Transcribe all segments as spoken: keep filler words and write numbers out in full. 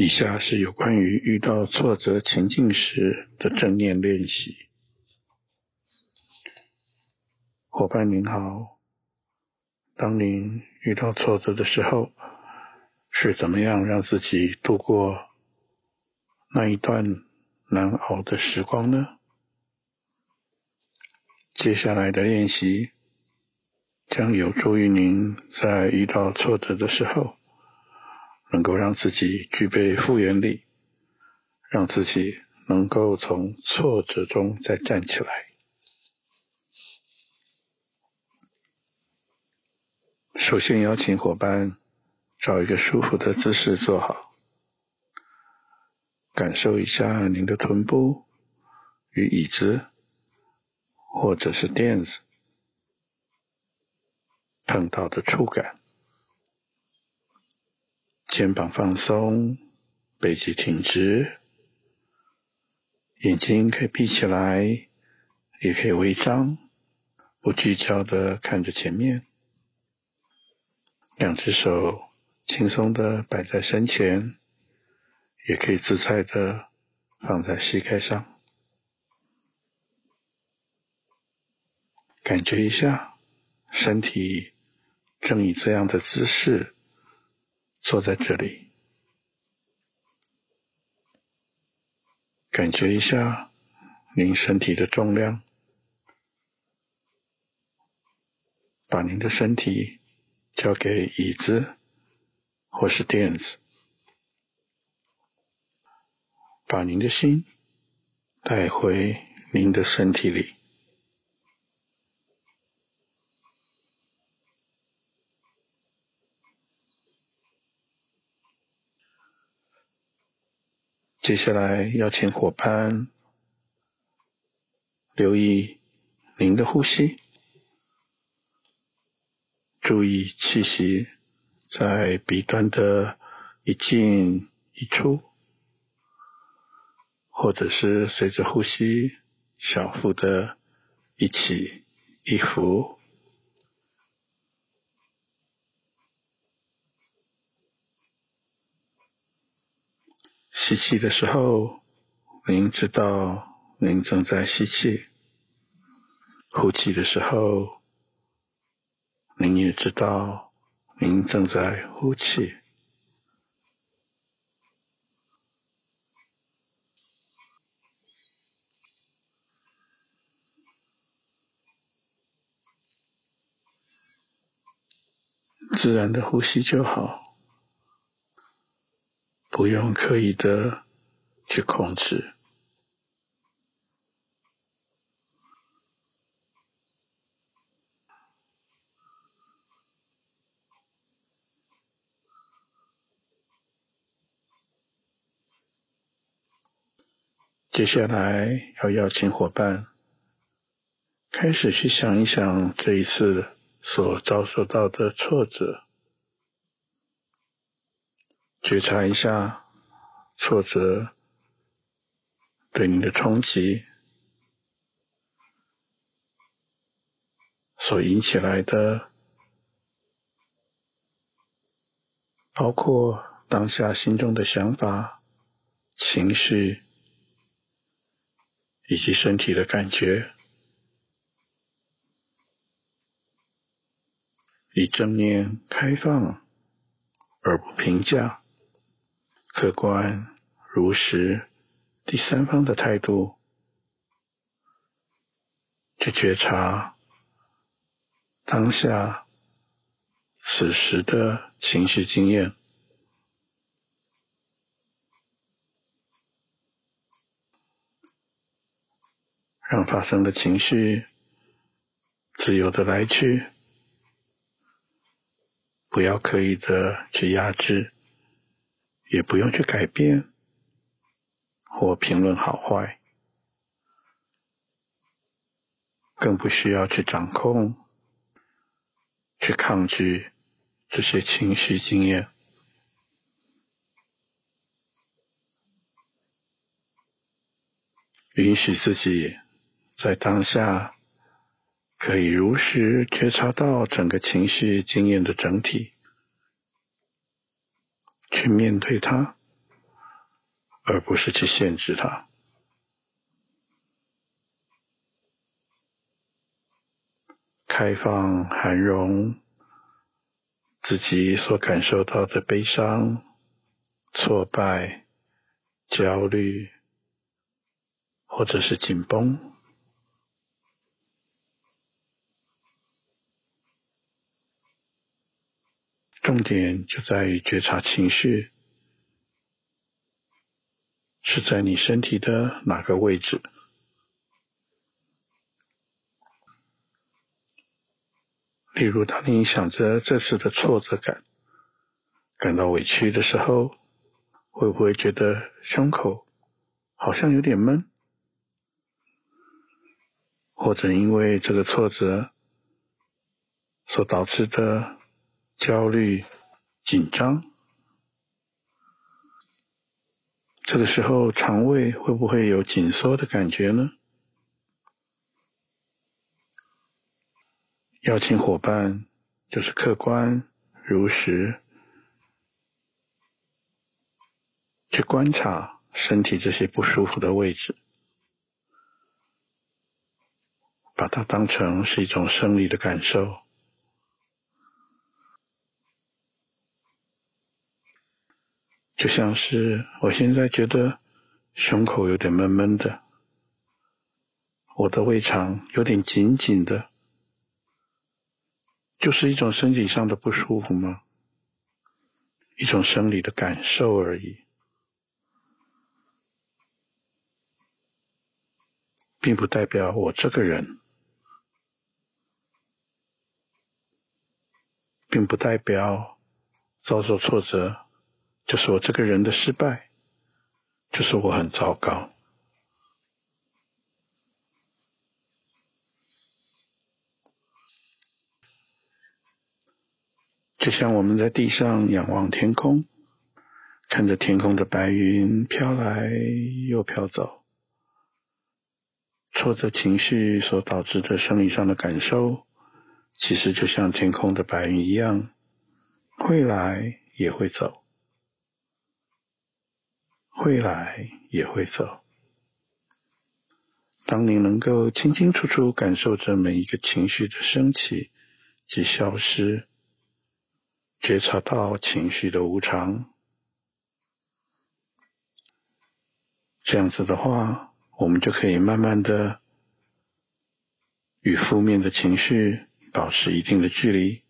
以下是有关于遇到挫折情境时的正念练习。伙伴您好，当您遇到挫折的时候，是怎么样让自己度过那一段难熬的时光呢？接下来的练习将有助于您在遇到挫折的时候，能够让自己具备复原力，让自己能够从挫折中再站起来。首先邀请伙伴找一个舒服的姿势坐好，感受一下您的臀部与椅子或者是垫子碰到的触感，肩膀放松，背脊挺直，眼睛可以闭起来，也可以微张，不聚焦的看着前面。两只手轻松的摆在身前，也可以自在的放在膝盖上。感觉一下身体正以这样的姿势坐在这里，感觉一下您身体的重量，把您的身体交给椅子或是垫子，把您的心带回您的身体里。接下来邀请伙伴留意您的呼吸，注意气息在鼻端的一进一出，或者是随着呼吸小腹的一起一伏。吸气的时候，您知道您正在吸气；呼气的时候，您也知道您正在呼气。自然的呼吸就好，不用刻意的去控制。接下来要邀请伙伴开始去想一想这一次所遭受到的挫折，觉察一下挫折对你的冲击所引起来的，包括当下心中的想法、情绪以及身体的感觉，以正念、开放而不评价、客观、如实、第三方的态度去觉察当下此时的情绪经验，让发生的情绪自由的来去，不要刻意的去压制，也不用去改变或评论好坏，更不需要去掌控、去抗拒这些情绪经验。允许自己在当下可以如实觉察到整个情绪经验的整体，去面对它， 而不是去限制它。开放涵容自己所感受到的悲伤、挫败、焦虑，或者是紧绷。重点就在于觉察情绪是在你身体的哪个位置。例如，当你想着这次的挫折感，感到委屈的时候，会不会觉得胸口好像有点闷？或者因为这个挫折所导致的焦虑、紧张，这个时候肠胃会不会有紧缩的感觉呢？邀请伙伴就是客观如实去观察身体这些不舒服的位置，把它当成是一种生理的感受。就像是我现在觉得胸口有点闷闷的，我的胃肠有点紧紧的，就是一种身体上的不舒服吗？一种生理的感受而已，并不代表我这个人，并不代表遭受挫折就是我这个人的失败，就是我很糟糕。就像我们在地上仰望天空，看着天空的白云飘来又飘走，挫折情绪所导致的生理上的感受，其实就像天空的白云一样，会来也会走，会来也会走。当你能够清清楚楚感受着每一个情绪的升起及消失，觉察到情绪的无常，这样子的话，我们就可以慢慢的与负面的情绪保持一定的距离。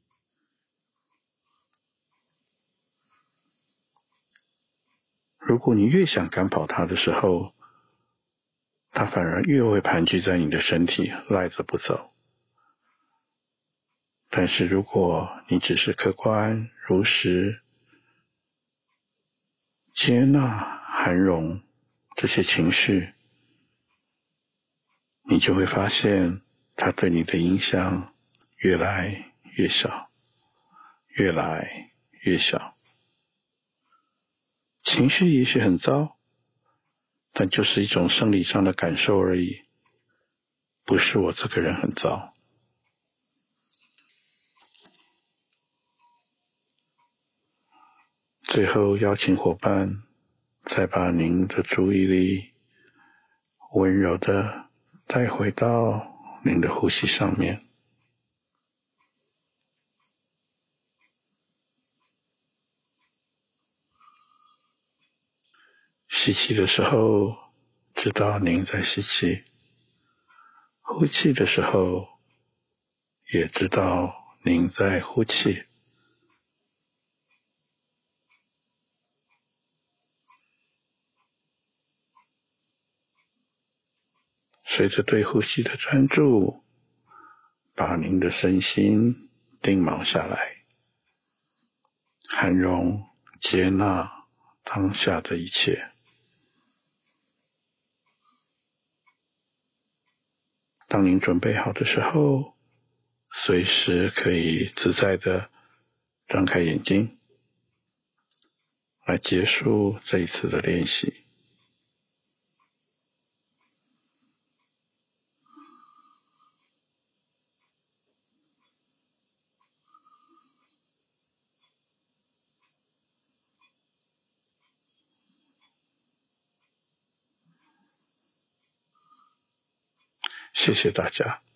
如果你越想赶跑它的时候，它反而越会盘踞在你的身体，赖着不走。但是如果你只是客观如实接纳涵容这些情绪，你就会发现它对你的影响越来越小，越来越小。情绪也许很糟，但就是一种生理上的感受而已，不是我这个人很糟。最后邀请伙伴再把您的注意力温柔的带回到您的呼吸上面。吸气的时候，知道您在吸气；呼气的时候，也知道您在呼气。随着对呼吸的专注，把您的身心定锚下来，涵容、接纳当下的一切。当您准备好的时候，随时可以自在的张开眼睛，来结束这一次的练习。 谢谢大家。